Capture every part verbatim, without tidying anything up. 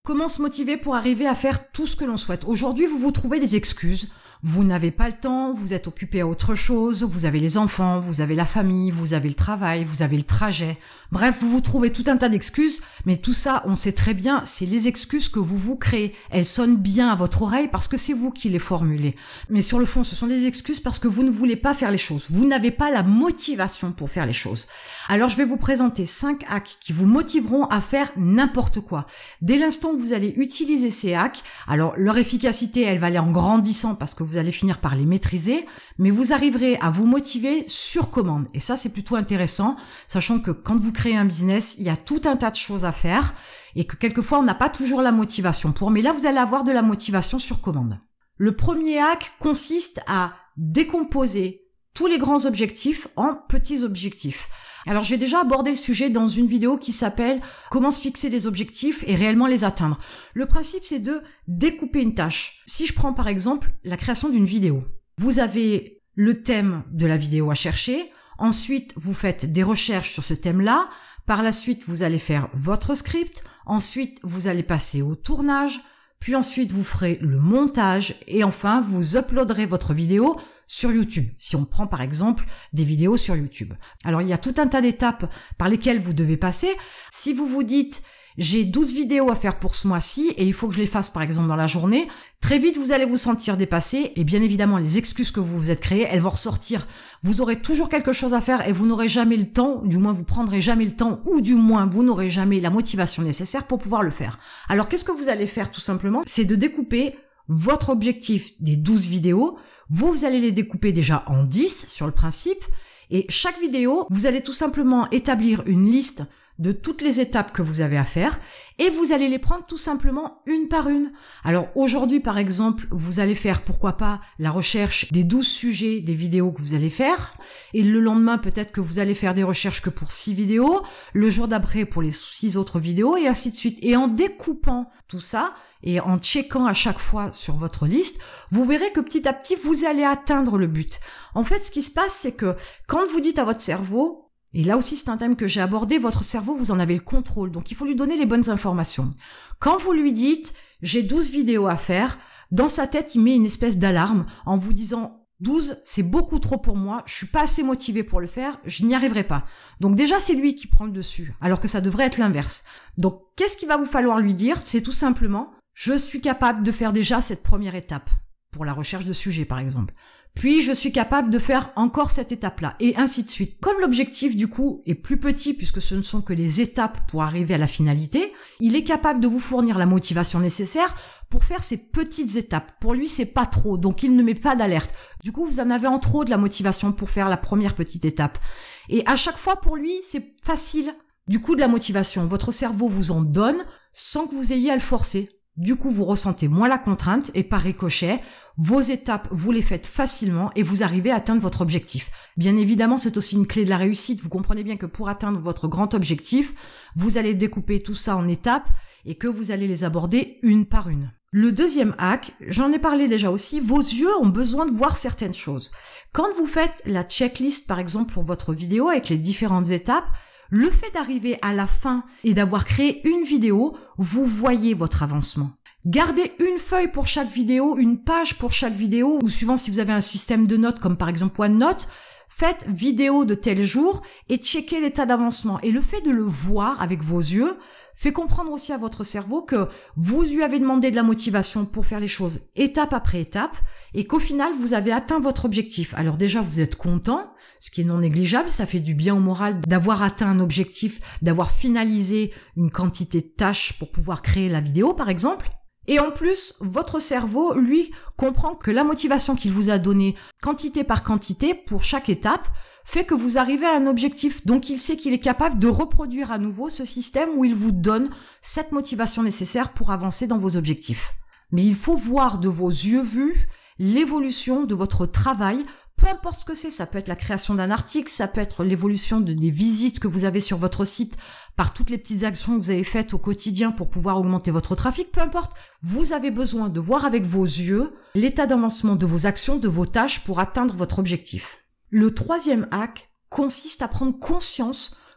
Comment se motiver pour arriver à faire tout ce que l'on souhaite? Aujourd'hui, vous vous trouvez des excuses. Vous n'avez pas le temps, vous êtes occupé à autre chose, vous avez les enfants, vous avez la famille, vous avez le travail, vous avez le trajet. Bref, vous vous trouvez tout un tas d'excuses, mais tout ça, on sait très bien, c'est les excuses que vous vous créez. Elles sonnent bien à votre oreille parce que c'est vous qui les formulez. Mais sur le fond, ce sont des excuses parce que vous ne voulez pas faire les choses. Vous n'avez pas la motivation pour faire les choses. Alors, je vais vous présenter cinq hacks qui vous motiveront à faire n'importe quoi. Dès l'instant où vous allez utiliser ces hacks, alors leur efficacité, elle va aller en grandissant parce que vous Vous allez finir par les maîtriser, mais vous arriverez à vous motiver sur commande. Et ça, c'est plutôt intéressant, sachant que quand vous créez un business, il y a tout un tas de choses à faire et que quelquefois, on n'a pas toujours la motivation pour. Mais là, vous allez avoir de la motivation sur commande. Le premier hack consiste à décomposer tous les grands objectifs en petits objectifs. Alors, j'ai déjà abordé le sujet dans une vidéo qui s'appelle « Comment se fixer des objectifs et réellement les atteindre ». Le principe, c'est de découper une tâche. Si je prends par exemple la création d'une vidéo, vous avez le thème de la vidéo à chercher, ensuite vous faites des recherches sur ce thème-là, par la suite vous allez faire votre script, ensuite vous allez passer au tournage, puis ensuite vous ferez le montage et enfin vous uploaderez votre vidéo sur YouTube, si on prend par exemple des vidéos sur YouTube. Alors il y a tout un tas d'étapes par lesquelles vous devez passer. Si vous vous dites j'ai douze vidéos à faire pour ce mois-ci et il faut que je les fasse par exemple dans la journée, très vite vous allez vous sentir dépassé et bien évidemment les excuses que vous vous êtes créées, elles vont ressortir. Vous aurez toujours quelque chose à faire et vous n'aurez jamais le temps, du moins vous prendrez jamais le temps ou du moins vous n'aurez jamais la motivation nécessaire pour pouvoir le faire. Alors qu'est-ce que vous allez faire tout simplement? C'est de découper votre objectif des douze vidéos. Vous, vous allez les découper déjà en dix sur le principe et chaque vidéo, vous allez tout simplement établir une liste de toutes les étapes que vous avez à faire et vous allez les prendre tout simplement une par une. Alors aujourd'hui par exemple, vous allez faire pourquoi pas la recherche des douze sujets des vidéos que vous allez faire et le lendemain peut-être que vous allez faire des recherches que pour six vidéos, le jour d'après pour les six autres vidéos et ainsi de suite. Et en découpant tout ça, et en checkant à chaque fois sur votre liste, vous verrez que petit à petit, vous allez atteindre le but. En fait, ce qui se passe, c'est que quand vous dites à votre cerveau, et là aussi c'est un thème que j'ai abordé, votre cerveau, vous en avez le contrôle, donc il faut lui donner les bonnes informations. Quand vous lui dites « j'ai douze vidéos à faire », dans sa tête, il met une espèce d'alarme en vous disant « douze, c'est beaucoup trop pour moi, je suis pas assez motivé pour le faire, je n'y arriverai pas ». Donc déjà, c'est lui qui prend le dessus, alors que ça devrait être l'inverse. Donc, qu'est-ce qu'il va vous falloir lui dire? C'est tout simplement je suis capable de faire déjà cette première étape, pour la recherche de sujets par exemple. Puis je suis capable de faire encore cette étape-là, et ainsi de suite. Comme l'objectif du coup est plus petit puisque ce ne sont que les étapes pour arriver à la finalité, il est capable de vous fournir la motivation nécessaire pour faire ces petites étapes. Pour lui, c'est pas trop, donc il ne met pas d'alerte. Du coup, vous en avez en trop de la motivation pour faire la première petite étape. Et à chaque fois, pour lui, c'est facile. Du coup, de la motivation, votre cerveau vous en donne sans que vous ayez à le forcer. Du coup, vous ressentez moins la contrainte et par ricochet, vos étapes, vous les faites facilement et vous arrivez à atteindre votre objectif. Bien évidemment, c'est aussi une clé de la réussite. Vous comprenez bien que pour atteindre votre grand objectif, vous allez découper tout ça en étapes et que vous allez les aborder une par une. Le deuxième hack, j'en ai parlé déjà aussi, vos yeux ont besoin de voir certaines choses. Quand vous faites la checklist, par exemple, pour votre vidéo avec les différentes étapes, le fait d'arriver à la fin et d'avoir créé une vidéo, vous voyez votre avancement. Gardez une feuille pour chaque vidéo, une page pour chaque vidéo, ou suivant si vous avez un système de notes comme par exemple OneNote, faites vidéo de tel jour et checkez l'état d'avancement. Et le fait de le voir avec vos yeux fait comprendre aussi à votre cerveau que vous lui avez demandé de la motivation pour faire les choses étape après étape et qu'au final, vous avez atteint votre objectif. Alors déjà, vous êtes content, ce qui est non négligeable, ça fait du bien au moral d'avoir atteint un objectif, d'avoir finalisé une quantité de tâches pour pouvoir créer la vidéo, par exemple. Et en plus, votre cerveau, lui, comprend que la motivation qu'il vous a donnée, quantité par quantité, pour chaque étape, fait que vous arrivez à un objectif. Donc, il sait qu'il est capable de reproduire à nouveau ce système où il vous donne cette motivation nécessaire pour avancer dans vos objectifs. Mais il faut voir de vos yeux vus l'évolution de votre travail. Peu importe ce que c'est, ça peut être la création d'un article, ça peut être l'évolution de, des visites que vous avez sur votre site par toutes les petites actions que vous avez faites au quotidien pour pouvoir augmenter votre trafic, peu importe. Vous avez besoin de voir avec vos yeux l'état d'avancement de vos actions, de vos tâches pour atteindre votre objectif. Le troisième hack consiste à prendre conscience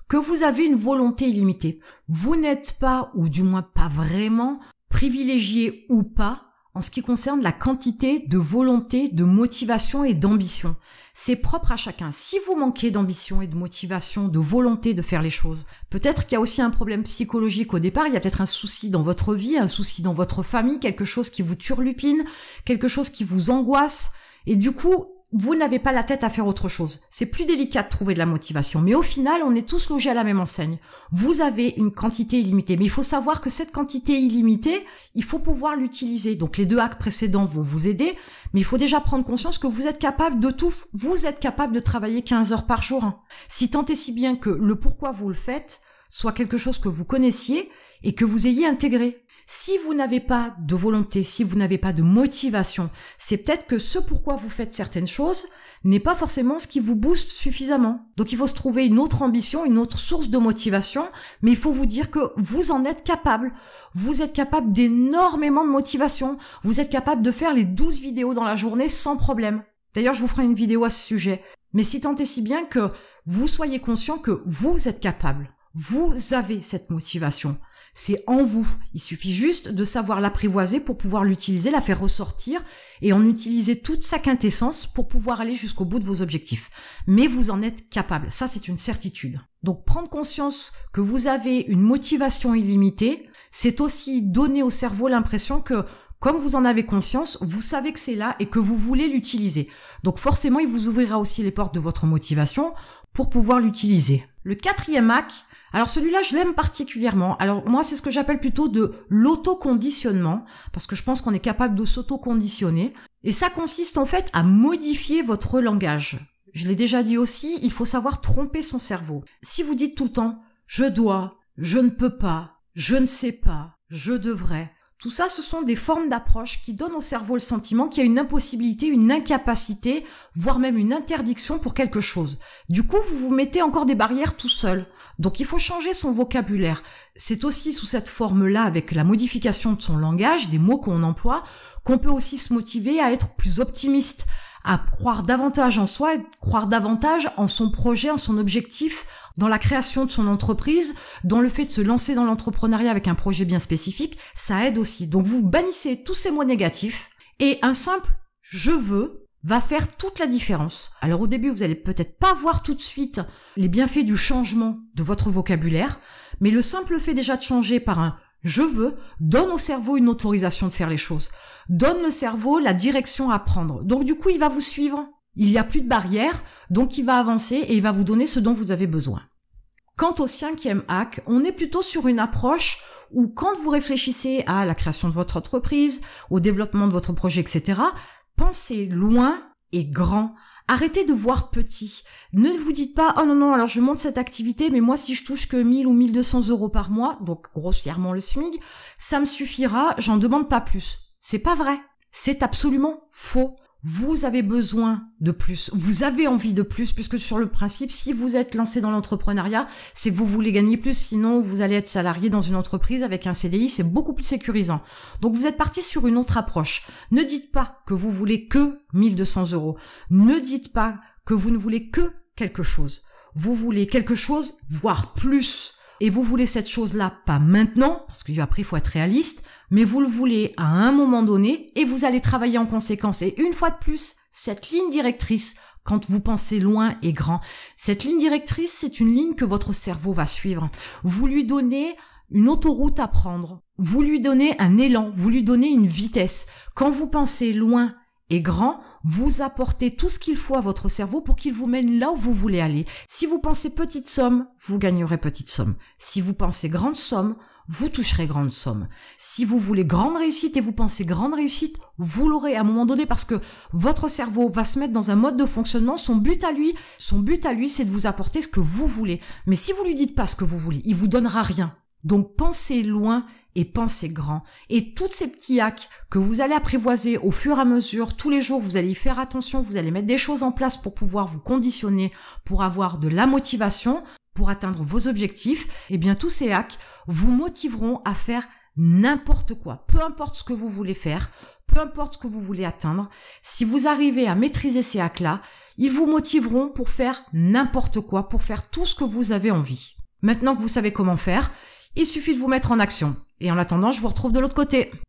que vous avez une volonté illimitée. Vous n'êtes pas, ou du moins pas vraiment, privilégié ou pas en ce qui concerne la quantité de volonté, de motivation et d'ambition. C'est propre à chacun. Si vous manquez d'ambition et de motivation, de volonté de faire les choses, peut-être qu'il y a aussi un problème psychologique au départ, il y a peut-être un souci dans votre vie, un souci dans votre famille, quelque chose qui vous turlupine, quelque chose qui vous angoisse, et du coup, vous n'avez pas la tête à faire autre chose. C'est plus délicat de trouver de la motivation. Mais au final, on est tous logés à la même enseigne. Vous avez une quantité illimitée. Mais il faut savoir que cette quantité illimitée, il faut pouvoir l'utiliser. Donc les deux hacks précédents vont vous aider. Mais il faut déjà prendre conscience que vous êtes capable de tout. Vous êtes capable de travailler quinze heures par jour. Si tant est si bien que le pourquoi vous le faites soit quelque chose que vous connaissiez et que vous ayez intégré. Si vous n'avez pas de volonté, si vous n'avez pas de motivation, c'est peut-être que ce pourquoi vous faites certaines choses n'est pas forcément ce qui vous booste suffisamment. Donc il faut se trouver une autre ambition, une autre source de motivation, mais il faut vous dire que vous en êtes capable. Vous êtes capable d'énormément de motivation. Vous êtes capable de faire les douze vidéos dans la journée sans problème. D'ailleurs, je vous ferai une vidéo à ce sujet. Mais si tant est si bien que vous soyez conscient que vous êtes capable. Vous avez cette motivation. C'est en vous. Il suffit juste de savoir l'apprivoiser pour pouvoir l'utiliser, la faire ressortir et en utiliser toute sa quintessence pour pouvoir aller jusqu'au bout de vos objectifs. Mais vous en êtes capable. Ça, c'est une certitude. Donc, prendre conscience que vous avez une motivation illimitée, c'est aussi donner au cerveau l'impression que, comme vous en avez conscience, vous savez que c'est là et que vous voulez l'utiliser. Donc, forcément, il vous ouvrira aussi les portes de votre motivation pour pouvoir l'utiliser. Le quatrième hack, alors celui-là, je l'aime particulièrement. Alors moi, c'est ce que j'appelle plutôt de l'autoconditionnement, parce que je pense qu'on est capable de s'autoconditionner. Et ça consiste en fait à modifier votre langage. Je l'ai déjà dit aussi, il faut savoir tromper son cerveau. Si vous dites tout le temps « je dois »,« je ne peux pas »,« je ne sais pas »,« je devrais », tout ça, ce sont des formes d'approche qui donnent au cerveau le sentiment qu'il y a une impossibilité, une incapacité, voire même une interdiction pour quelque chose. Du coup, vous vous mettez encore des barrières tout seul. Donc, il faut changer son vocabulaire. C'est aussi sous cette forme-là, avec la modification de son langage, des mots qu'on emploie, qu'on peut aussi se motiver à être plus optimiste, à croire davantage en soi, et croire davantage en son projet, en son objectif, dans la création de son entreprise, dans le fait de se lancer dans l'entrepreneuriat avec un projet bien spécifique, ça aide aussi. Donc vous bannissez tous ces mots négatifs et un simple « je veux » va faire toute la différence. Alors au début, vous allez peut-être pas voir tout de suite les bienfaits du changement de votre vocabulaire, mais le simple fait déjà de changer par un « je veux » donne au cerveau une autorisation de faire les choses, donne le cerveau la direction à prendre. Donc du coup, il va vous suivre. Il n'y a plus de barrière, donc il va avancer et il va vous donner ce dont vous avez besoin. Quant au cinquième hack, on est plutôt sur une approche où quand vous réfléchissez à la création de votre entreprise, au développement de votre projet, et cetera, pensez loin et grand. Arrêtez de voir petit. Ne vous dites pas « oh non, non, alors je monte cette activité, mais moi si je touche que mille ou mille deux cents euros par mois, donc grossièrement le SMIC, ça me suffira, j'en demande pas plus ». C'est pas vrai. C'est absolument faux. Vous avez besoin de plus, vous avez envie de plus, puisque sur le principe, si vous êtes lancé dans l'entrepreneuriat, c'est que vous voulez gagner plus, sinon vous allez être salarié dans une entreprise avec un C D I, c'est beaucoup plus sécurisant. Donc vous êtes parti sur une autre approche. Ne dites pas que vous voulez que mille deux cents euros. Ne dites pas que vous ne voulez que quelque chose. Vous voulez quelque chose, voire plus. Et vous voulez cette chose-là, pas maintenant, parce qu'après il faut être réaliste, mais vous le voulez à un moment donné et vous allez travailler en conséquence. Et une fois de plus, cette ligne directrice, quand vous pensez loin et grand, cette ligne directrice, c'est une ligne que votre cerveau va suivre. Vous lui donnez une autoroute à prendre, vous lui donnez un élan, vous lui donnez une vitesse. Quand vous pensez loin et grand, vous apportez tout ce qu'il faut à votre cerveau pour qu'il vous mène là où vous voulez aller. Si vous pensez petite somme, vous gagnerez petite somme. Si vous pensez grande somme, vous toucherez grande somme. Si vous voulez grande réussite et vous pensez grande réussite, vous l'aurez à un moment donné parce que votre cerveau va se mettre dans un mode de fonctionnement. Son but à lui, son but à lui, c'est de vous apporter ce que vous voulez. Mais si vous lui dites pas ce que vous voulez, il vous donnera rien. Donc pensez loin et pensez grand. Et tous ces petits hacks que vous allez apprivoiser au fur et à mesure, tous les jours, vous allez y faire attention, vous allez mettre des choses en place pour pouvoir vous conditionner, pour avoir de la motivation, pour atteindre vos objectifs. Et bien tous ces hacks vous motiveront à faire n'importe quoi, peu importe ce que vous voulez faire, peu importe ce que vous voulez atteindre. Si vous arrivez à maîtriser ces hacks-là, ils vous motiveront pour faire n'importe quoi, pour faire tout ce que vous avez envie. Maintenant que vous savez comment faire, il suffit de vous mettre en action. Et en attendant, je vous retrouve de l'autre côté.